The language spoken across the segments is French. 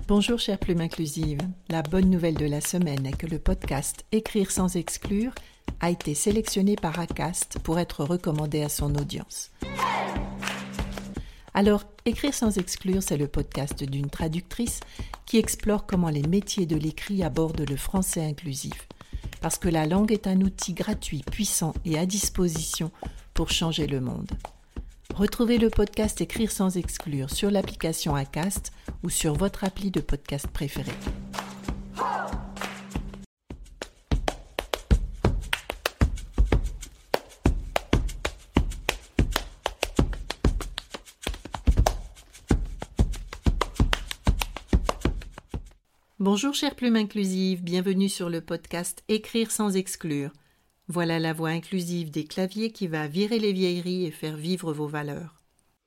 Bonjour chère plume inclusive, la bonne nouvelle de la semaine est que le podcast Écrire sans exclure a été sélectionné par Acast pour être recommandé à son audience. Alors, Écrire sans exclure, c'est le podcast d'une traductrice qui explore comment les métiers de l'écrit abordent le français inclusif. Parce que la langue est un outil gratuit, puissant et à disposition pour changer le monde. Retrouvez le podcast Écrire sans exclure sur l'application Acast ou sur votre appli de podcast préféré. Bonjour chère plume inclusive, bienvenue sur le podcast Écrire sans exclure. Voilà la voix inclusive des claviers qui va virer les vieilleries et faire vivre vos valeurs.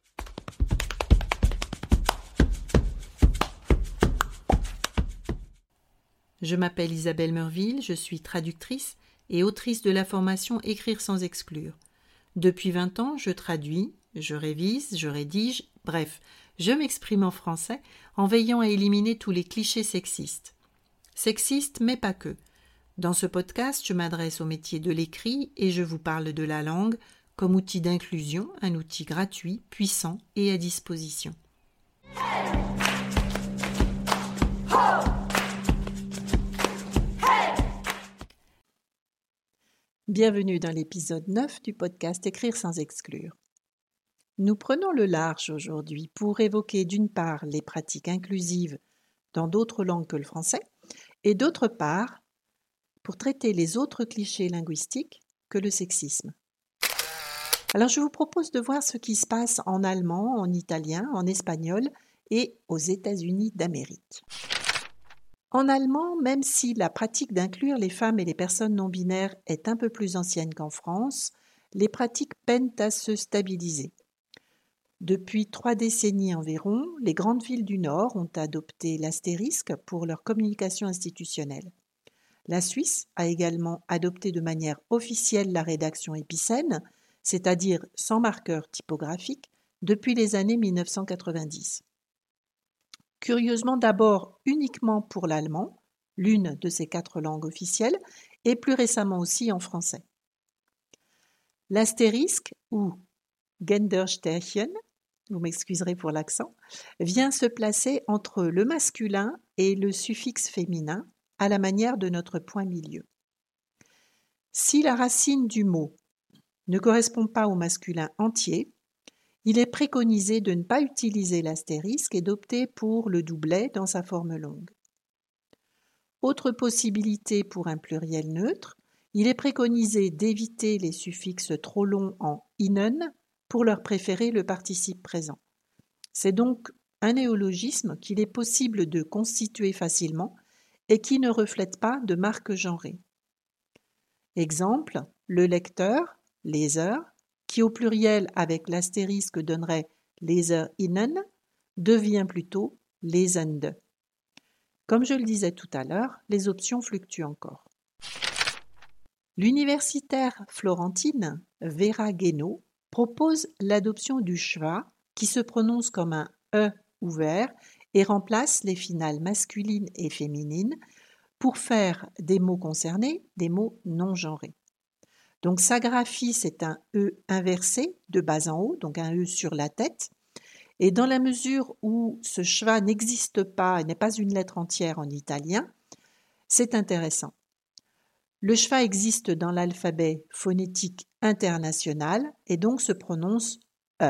Je m'appelle Isabelle Meurville, je suis traductrice et autrice de la formation Écrire sans exclure. Depuis 20 ans, je traduis, je révise, je rédige, bref, je m'exprime en français en veillant à éliminer tous les clichés sexistes. Sexistes, mais pas que. Dans ce podcast, je m'adresse au métier de l'écrit et je vous parle de la langue comme outil d'inclusion, un outil gratuit, puissant et à disposition. Bienvenue dans l'épisode 9 du podcast Écrire sans exclure. Nous prenons le large aujourd'hui pour évoquer d'une part les pratiques inclusives dans d'autres langues que le français et d'autre part pour traiter les autres clichés linguistiques que le sexisme. Alors je vous propose de voir ce qui se passe en allemand, en italien, en espagnol et aux États-Unis d'Amérique. En allemand, même si la pratique d'inclure les femmes et les personnes non-binaires est un peu plus ancienne qu'en France, les pratiques peinent à se stabiliser. Depuis 3 décennies environ, les grandes villes du Nord ont adopté l'astérisque pour leur communication institutionnelle. La Suisse a également adopté de manière officielle la rédaction épicène, c'est-à-dire sans marqueur typographique, depuis les années 1990. Curieusement d'abord uniquement pour l'allemand, l'une de ces 4 langues officielles, et plus récemment aussi en français. L'astérisque, ou Gendersternchen, vous m'excuserez pour l'accent, vient se placer entre le masculin et le suffixe féminin, à la manière de notre point milieu. Si la racine du mot ne correspond pas au masculin entier, il est préconisé de ne pas utiliser l'astérisque et d'opter pour le doublet dans sa forme longue. Autre possibilité pour un pluriel neutre, il est préconisé d'éviter les suffixes trop longs en inen pour leur préférer le participe présent. C'est donc un néologisme qu'il est possible de constituer facilement et qui ne reflète pas de marque genrée. Exemple, le lecteur, leser, qui au pluriel avec l'astérisque donnerait leserinnen, devient plutôt lesende. Comme je le disais tout à l'heure, les options fluctuent encore. L'universitaire florentine Vera Guénaud propose l'adoption du schwa qui se prononce comme un E ouvert et remplace les finales masculines et féminines pour faire des mots concernés des mots non genrés. Donc sa graphie, c'est un E inversé de bas en haut, donc un E sur la tête. Et dans la mesure où ce schwa n'existe pas et n'est pas une lettre entière en italien, c'est intéressant. Le schwa existe dans l'alphabet phonétique international et donc se prononce E.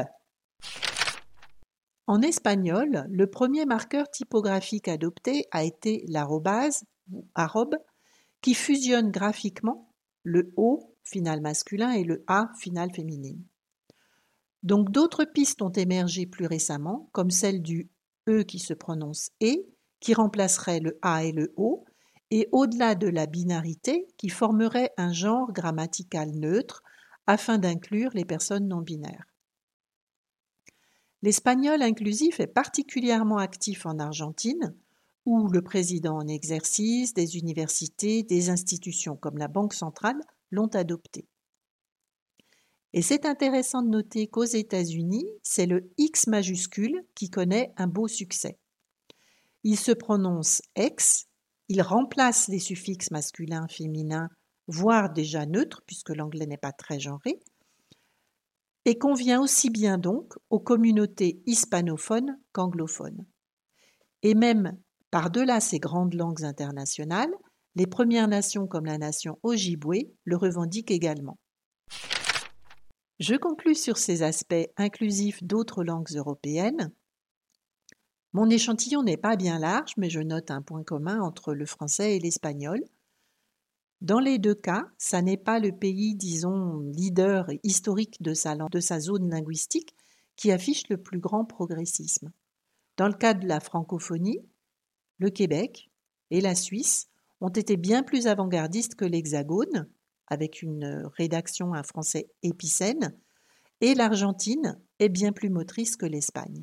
En espagnol, le premier marqueur typographique adopté a été l'arrobase ou arrobe qui fusionne graphiquement le O final masculin et le A final féminine. Donc d'autres pistes ont émergé plus récemment, comme celle du E qui se prononce E, qui remplacerait le A et le O, et au-delà de la binarité, qui formerait un genre grammatical neutre afin d'inclure les personnes non binaires. L'espagnol inclusif est particulièrement actif en Argentine, où le président en exercice, des universités, des institutions comme la Banque centrale l'ont adopté. Et c'est intéressant de noter qu'aux États-Unis, c'est le X majuscule qui connaît un beau succès. Il se prononce ex, il remplace les suffixes masculin, féminin, voire déjà neutres, puisque l'anglais n'est pas très genré, et convient aussi bien donc aux communautés hispanophones qu'anglophones. Et même par-delà ces grandes langues internationales, les Premières Nations comme la nation Ojibwe le revendiquent également. Je conclus sur ces aspects inclusifs d'autres langues européennes. Mon échantillon n'est pas bien large, mais je note un point commun entre le français et l'espagnol. Dans les deux cas, ça n'est pas le pays, disons, leader historique de sa zone linguistique qui affiche le plus grand progressisme. Dans le cas de la francophonie, le Québec et la Suisse ont été bien plus avant-gardistes que l'Hexagone, avec une rédaction un français épicène, et l'Argentine est bien plus motrice que l'Espagne.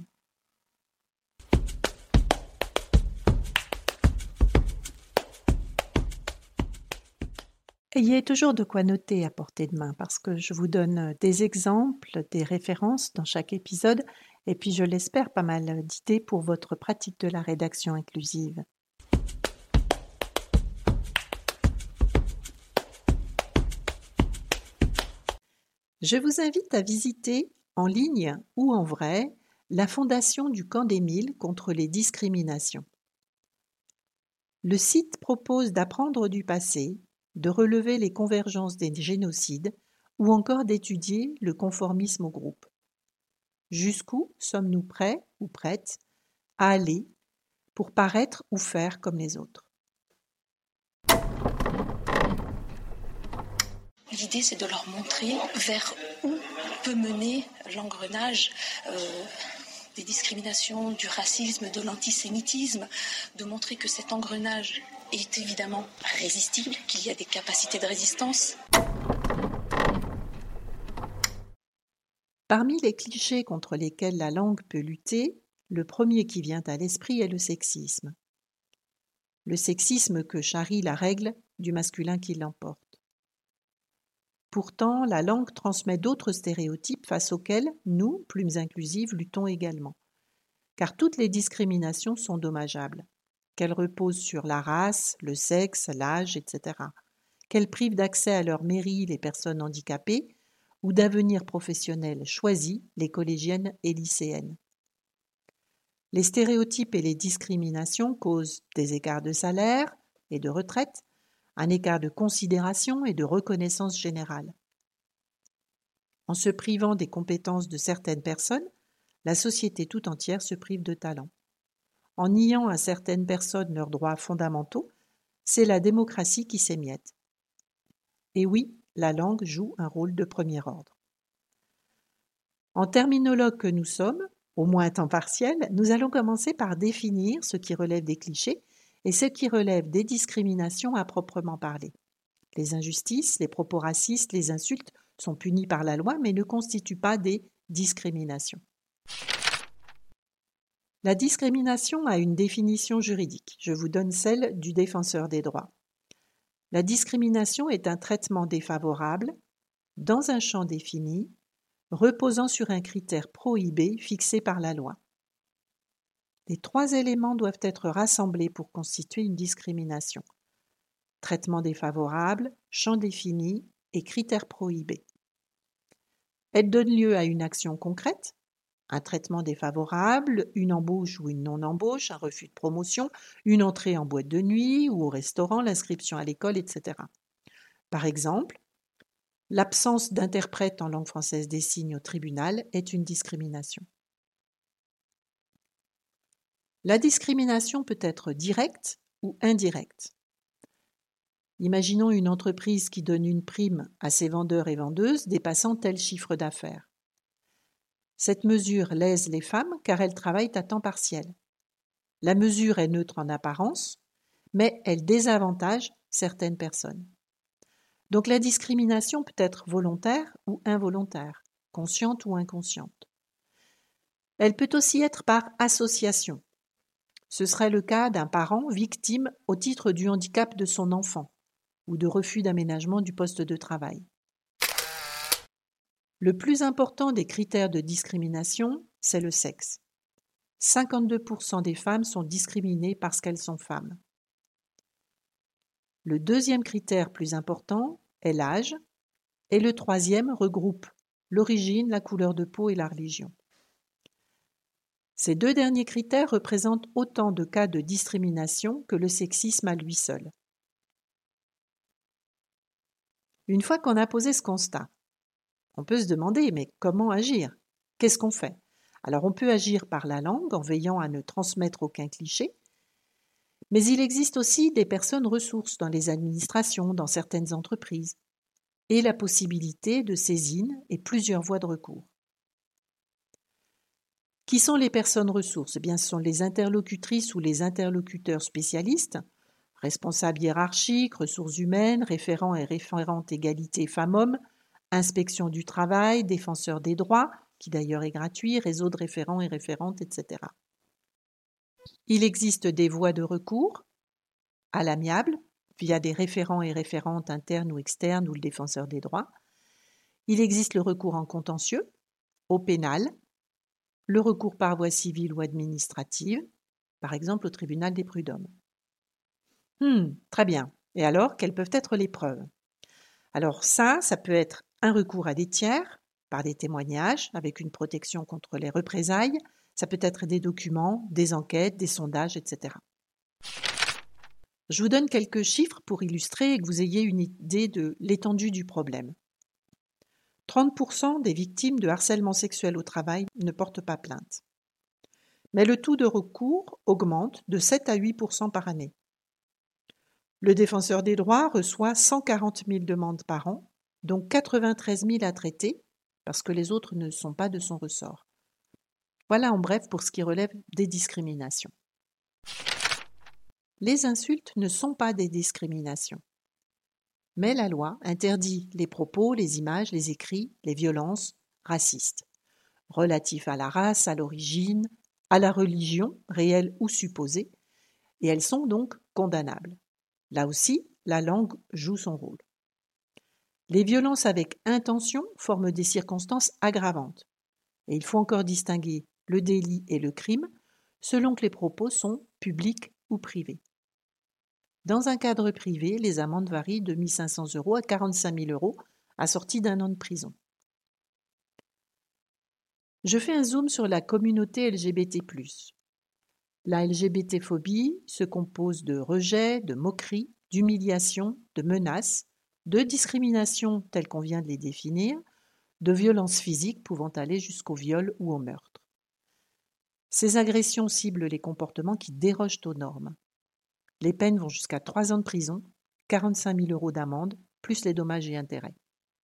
Ayez toujours de quoi noter à portée de main parce que je vous donne des exemples, des références dans chaque épisode et puis je l'espère pas mal d'idées pour votre pratique de la rédaction inclusive. Je vous invite à visiter en ligne ou en vrai la fondation du Camp d'Émile contre les discriminations. Le site propose d'apprendre du passé, de relever les convergences des génocides ou encore d'étudier le conformisme au groupe. Jusqu'où sommes-nous prêts ou prêtes à aller pour paraître ou faire comme les autres? L'idée, c'est de leur montrer vers où peut mener l'engrenage des discriminations, du racisme, de l'antisémitisme, de montrer que cet engrenage est évidemment résistible, qu'il y a des capacités de résistance. Parmi les clichés contre lesquels la langue peut lutter, le premier qui vient à l'esprit est le sexisme. Le sexisme que charrie la règle du masculin qui l'emporte. Pourtant, la langue transmet d'autres stéréotypes face auxquels nous, plumes inclusives, luttons également. Car toutes les discriminations sont dommageables, qu'elles reposent sur la race, le sexe, l'âge, etc., qu'elles privent d'accès à leur mairie les personnes handicapées ou d'avenir professionnel choisi les collégiennes et lycéennes. Les stéréotypes et les discriminations causent des écarts de salaire et de retraite, un écart de considération et de reconnaissance générale. En se privant des compétences de certaines personnes, la société tout entière se prive de talent. En niant à certaines personnes leurs droits fondamentaux, c'est la démocratie qui s'émiette. Et oui, la langue joue un rôle de premier ordre. En terminologues que nous sommes, au moins à temps partiel, nous allons commencer par définir ce qui relève des clichés et ce qui relève des discriminations à proprement parler. Les injustices, les propos racistes, les insultes sont punis par la loi mais ne constituent pas des discriminations. La discrimination a une définition juridique. Je vous donne celle du défenseur des droits. La discrimination est un traitement défavorable dans un champ défini, reposant sur un critère prohibé fixé par la loi. Les trois éléments doivent être rassemblés pour constituer une discrimination. Traitement défavorable, champ défini et critères prohibés. Elle donne lieu à une action concrète, un traitement défavorable, une embauche ou une non-embauche, un refus de promotion, une entrée en boîte de nuit ou au restaurant, l'inscription à l'école, etc. Par exemple, l'absence d'interprète en langue française des signes au tribunal est une discrimination. La discrimination peut être directe ou indirecte. Imaginons une entreprise qui donne une prime à ses vendeurs et vendeuses dépassant tel chiffre d'affaires. Cette mesure lèse les femmes car elles travaillent à temps partiel. La mesure est neutre en apparence, mais elle désavantage certaines personnes. Donc la discrimination peut être volontaire ou involontaire, consciente ou inconsciente. Elle peut aussi être par association. Ce serait le cas d'un parent victime au titre du handicap de son enfant ou de refus d'aménagement du poste de travail. Le plus important des critères de discrimination, c'est le sexe. 52% des femmes sont discriminées parce qu'elles sont femmes. Le deuxième critère plus important est l'âge, et le troisième regroupe l'origine, la couleur de peau et la religion. Ces deux derniers critères représentent autant de cas de discrimination que le sexisme à lui seul. Une fois qu'on a posé ce constat, on peut se demander, mais comment agir? Qu'est-ce qu'on fait? Alors on peut agir par la langue en veillant à ne transmettre aucun cliché, mais il existe aussi des personnes ressources dans les administrations, dans certaines entreprises, et la possibilité de saisine et plusieurs voies de recours. Qui sont les personnes ressources? Eh bien, ce sont les interlocutrices ou les interlocuteurs spécialistes, responsables hiérarchiques, ressources humaines, référents et référentes égalité femmes-hommes, inspection du travail, défenseurs des droits, qui d'ailleurs est gratuit, réseau de référents et référentes, etc. Il existe des voies de recours à l'amiable, via des référents et référentes internes ou externes ou le défenseur des droits. Il existe le recours en contentieux, au pénal, le recours par voie civile ou administrative, par exemple au tribunal des prud'hommes. Très bien. Et alors, quelles peuvent être les preuves? Alors ça peut être un recours à des tiers, par des témoignages, avec une protection contre les représailles. Ça peut être des documents, des enquêtes, des sondages, etc. Je vous donne quelques chiffres pour illustrer et que vous ayez une idée de l'étendue du problème. 30% des victimes de harcèlement sexuel au travail ne portent pas plainte. Mais le taux de recours augmente de 7 à 8% par année. Le défenseur des droits reçoit 140 000 demandes par an, dont 93 000 à traiter, parce que les autres ne sont pas de son ressort. Voilà en bref pour ce qui relève des discriminations. Les insultes ne sont pas des discriminations. Mais la loi interdit les propos, les images, les écrits, les violences racistes, relatifs à la race, à l'origine, à la religion, réelle ou supposée, et elles sont donc condamnables. Là aussi, la langue joue son rôle. Les violences avec intention forment des circonstances aggravantes, et il faut encore distinguer le délit et le crime selon que les propos sont publics ou privés. Dans un cadre privé, les amendes varient de 1 500 € à 45 000 € assorties d'1 an de prison. Je fais un zoom sur la communauté LGBT+. La LGBT-phobie se compose de rejet, de moquerie, d'humiliation, de menaces, de discrimination telles qu'on vient de les définir, de violences physiques pouvant aller jusqu'au viol ou au meurtre. Ces agressions ciblent les comportements qui dérogent aux normes. Les peines vont jusqu'à 3 ans de prison, 45 000 € d'amende, plus les dommages et intérêts.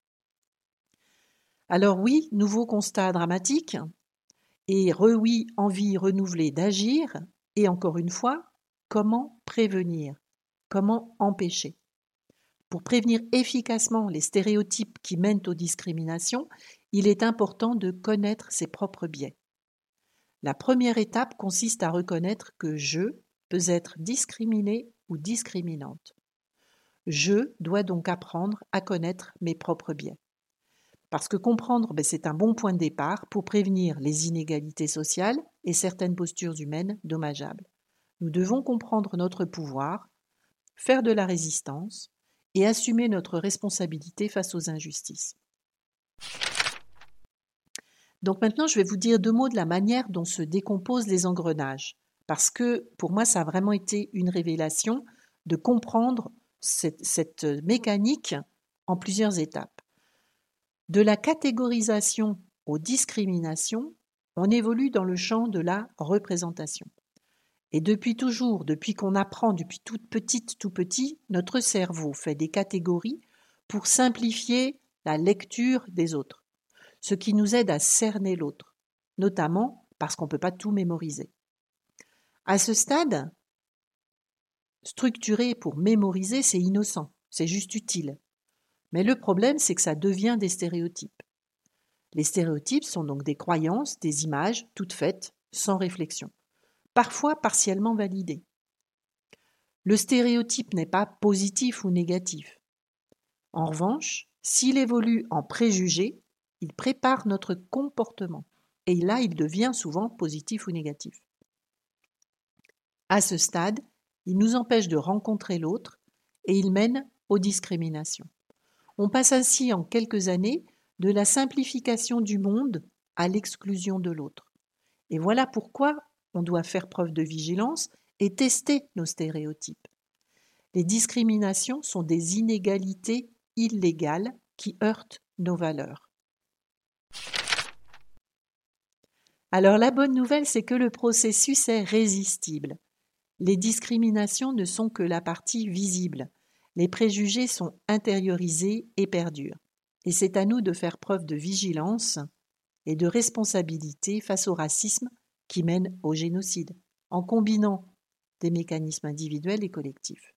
Alors oui, nouveau constat dramatique, et oui, envie renouvelée d'agir, et encore une fois, comment prévenir? Comment empêcher? Pour prévenir efficacement les stéréotypes qui mènent aux discriminations, il est important de connaître ses propres biais. La première étape consiste à reconnaître que je peux être discriminée ou discriminante. Je dois donc apprendre à connaître mes propres biais. Parce que comprendre, c'est un bon point de départ pour prévenir les inégalités sociales et certaines postures humaines dommageables. Nous devons comprendre notre pouvoir, faire de la résistance et assumer notre responsabilité face aux injustices. Donc maintenant, je vais vous dire 2 mots de la manière dont se décomposent les engrenages, parce que pour moi, ça a vraiment été une révélation de comprendre cette mécanique en plusieurs étapes. De la catégorisation aux discriminations, on évolue dans le champ de la représentation. Et depuis toujours, depuis qu'on apprend, depuis toute petite, tout petit, notre cerveau fait des catégories pour simplifier la lecture des autres, ce qui nous aide à cerner l'autre, notamment parce qu'on ne peut pas tout mémoriser. À ce stade, structurer pour mémoriser, c'est innocent, c'est juste utile. Mais le problème, c'est que ça devient des stéréotypes. Les stéréotypes sont donc des croyances, des images, toutes faites, sans réflexion, parfois partiellement validées. Le stéréotype n'est pas positif ou négatif. En revanche, s'il évolue en préjugé, il prépare notre comportement. et là il devient souvent positif ou négatif. À ce stade, il nous empêche de rencontrer l'autre et il mène aux discriminations. On passe ainsi en quelques années de la simplification du monde à l'exclusion de l'autre. Et voilà pourquoi on doit faire preuve de vigilance et tester nos stéréotypes. Les discriminations sont des inégalités illégales qui heurtent nos valeurs. Alors la bonne nouvelle, c'est que le processus est résistible. Les discriminations ne sont que la partie visible. Les préjugés sont intériorisés et perdurent. Et c'est à nous de faire preuve de vigilance et de responsabilité face au racisme qui mène au génocide, en combinant des mécanismes individuels et collectifs.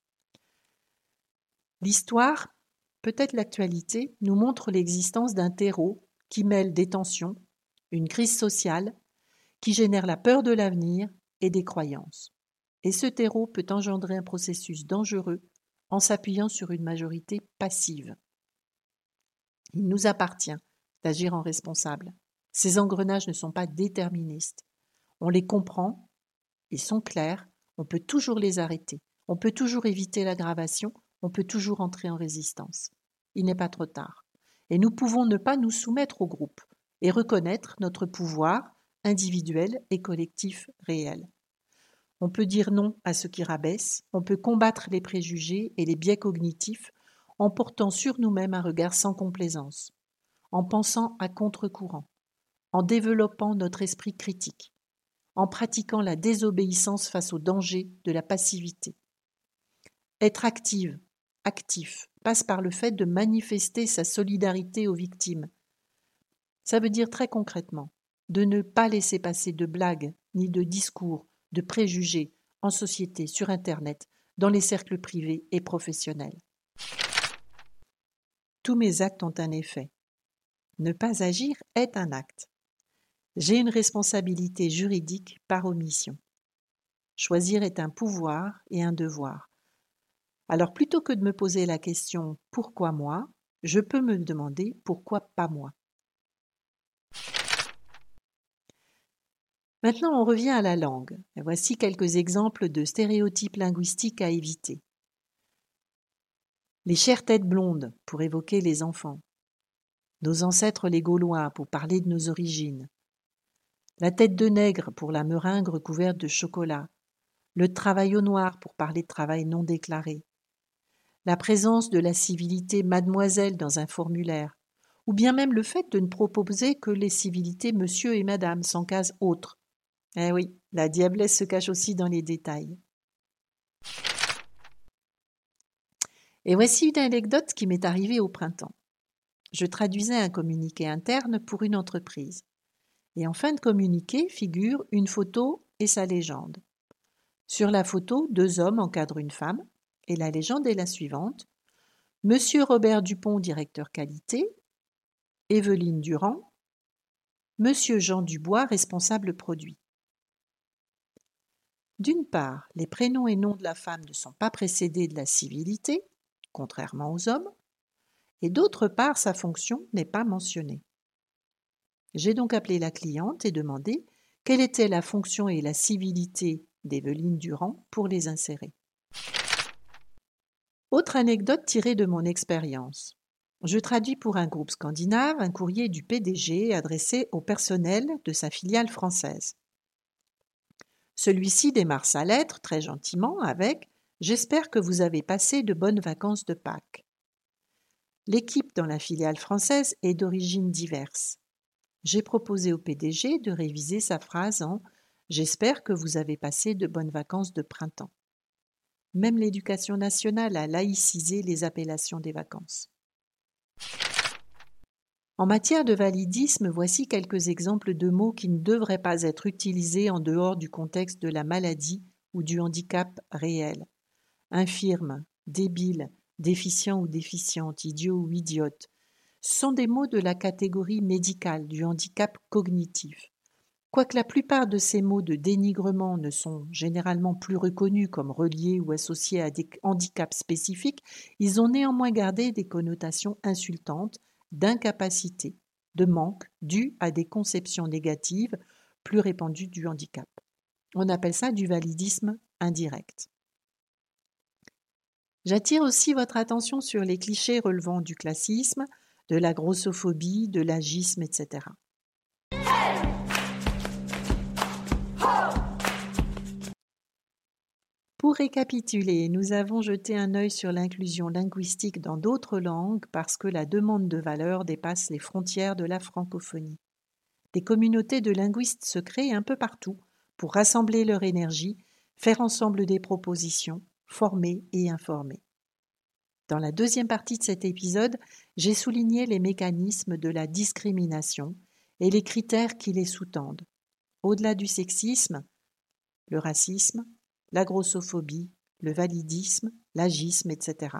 L'histoire, peut-être l'actualité, nous montre l'existence d'un terreau qui mêle des tensions, une crise sociale, qui génère la peur de l'avenir et des croyances. Et ce terreau peut engendrer un processus dangereux en s'appuyant sur une majorité passive. Il nous appartient d'agir en responsable. Ces engrenages ne sont pas déterministes. On les comprend, ils sont clairs, on peut toujours les arrêter, on peut toujours éviter l'aggravation, on peut toujours entrer en résistance. Il n'est pas trop tard. Et nous pouvons ne pas nous soumettre au groupe et reconnaître notre pouvoir individuel et collectif réel. On peut dire non à ce qui rabaisse, on peut combattre les préjugés et les biais cognitifs en portant sur nous-mêmes un regard sans complaisance, en pensant à contre-courant, en développant notre esprit critique, en pratiquant la désobéissance face au danger de la passivité. Être actif, passe par le fait de manifester sa solidarité aux victimes. Ça veut dire très concrètement de ne pas laisser passer de blagues ni de discours, de préjugés en société, sur Internet, dans les cercles privés et professionnels. Tous mes actes ont un effet. Ne pas agir est un acte. J'ai une responsabilité juridique par omission. Choisir est un pouvoir et un devoir. Alors plutôt que de me poser la question « pourquoi moi ?», je peux me demander « pourquoi pas moi ?» Maintenant, on revient à la langue. Et voici quelques exemples de stéréotypes linguistiques à éviter. Les chères têtes blondes, pour évoquer les enfants. Nos ancêtres les Gaulois, pour parler de nos origines. La tête de nègre, pour la meringue recouverte de chocolat. Le travail au noir, pour parler de travail non déclaré. La présence de la civilité mademoiselle dans un formulaire. Ou bien même le fait de ne proposer que les civilités monsieur et madame, sans case autre. Eh oui, la diablesse se cache aussi dans les détails. Et voici une anecdote qui m'est arrivée au printemps. Je traduisais un communiqué interne pour une entreprise. Et en fin de communiqué figure une photo et sa légende. Sur la photo, 2 hommes encadrent une femme, et la légende est la suivante. Monsieur Robert Dupont, directeur qualité, Evelyne Durand, Monsieur Jean Dubois, responsable produit. D'une part, les prénoms et noms de la femme ne sont pas précédés de la civilité, contrairement aux hommes, et d'autre part, sa fonction n'est pas mentionnée. J'ai donc appelé la cliente et demandé quelle était la fonction et la civilité d'Evelyne Durand pour les insérer. Autre anecdote tirée de mon expérience. Je traduis pour un groupe scandinave un courrier du PDG adressé au personnel de sa filiale française. Celui-ci démarre sa lettre très gentiment avec « J'espère que vous avez passé de bonnes vacances de Pâques ». L'équipe dans la filiale française est d'origines diverses. J'ai proposé au PDG de réviser sa phrase en « J'espère que vous avez passé de bonnes vacances de printemps ». Même l'éducation nationale a laïcisé les appellations des vacances. En matière de validisme, voici quelques exemples de mots qui ne devraient pas être utilisés en dehors du contexte de la maladie ou du handicap réel. Infirme, débile, déficient ou déficiente, idiot ou idiote, sont des mots de la catégorie médicale du handicap cognitif. Quoique la plupart de ces mots de dénigrement ne sont généralement plus reconnus comme reliés ou associés à des handicaps spécifiques, ils ont néanmoins gardé des connotations insultantes, d'incapacité, de manque dus à des conceptions négatives plus répandues du handicap. On appelle ça du validisme indirect. J'attire aussi votre attention sur les clichés relevant du classisme, de la grossophobie, de l'agisme, etc. Pour récapituler, nous avons jeté un œil sur l'inclusion linguistique dans d'autres langues parce que la demande de valeur dépasse les frontières de la francophonie. Des communautés de linguistes se créent un peu partout pour rassembler leur énergie, faire ensemble des propositions, former et informer. Dans la deuxième partie de cet épisode, j'ai souligné les mécanismes de la discrimination et les critères qui les sous-tendent. Au-delà du sexisme, le racisme, la grossophobie, le validisme, l'agisme, etc.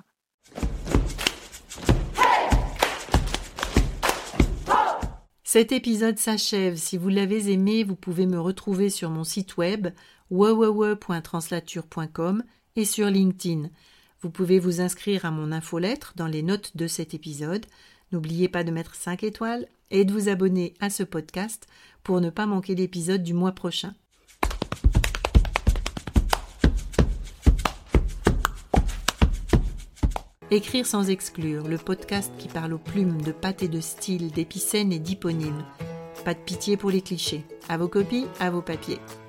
Cet épisode s'achève. Si vous l'avez aimé, vous pouvez me retrouver sur mon site web www.translature.com et sur LinkedIn. Vous pouvez vous inscrire à mon infolettre dans les notes de cet épisode. N'oubliez pas de mettre 5 étoiles et de vous abonner à ce podcast pour ne pas manquer l'épisode du mois prochain. Écrire sans exclure, le podcast qui parle aux plumes, de pattes et de style, d'épicènes et d'hyponymes. Pas de pitié pour les clichés. À vos copies, à vos papiers.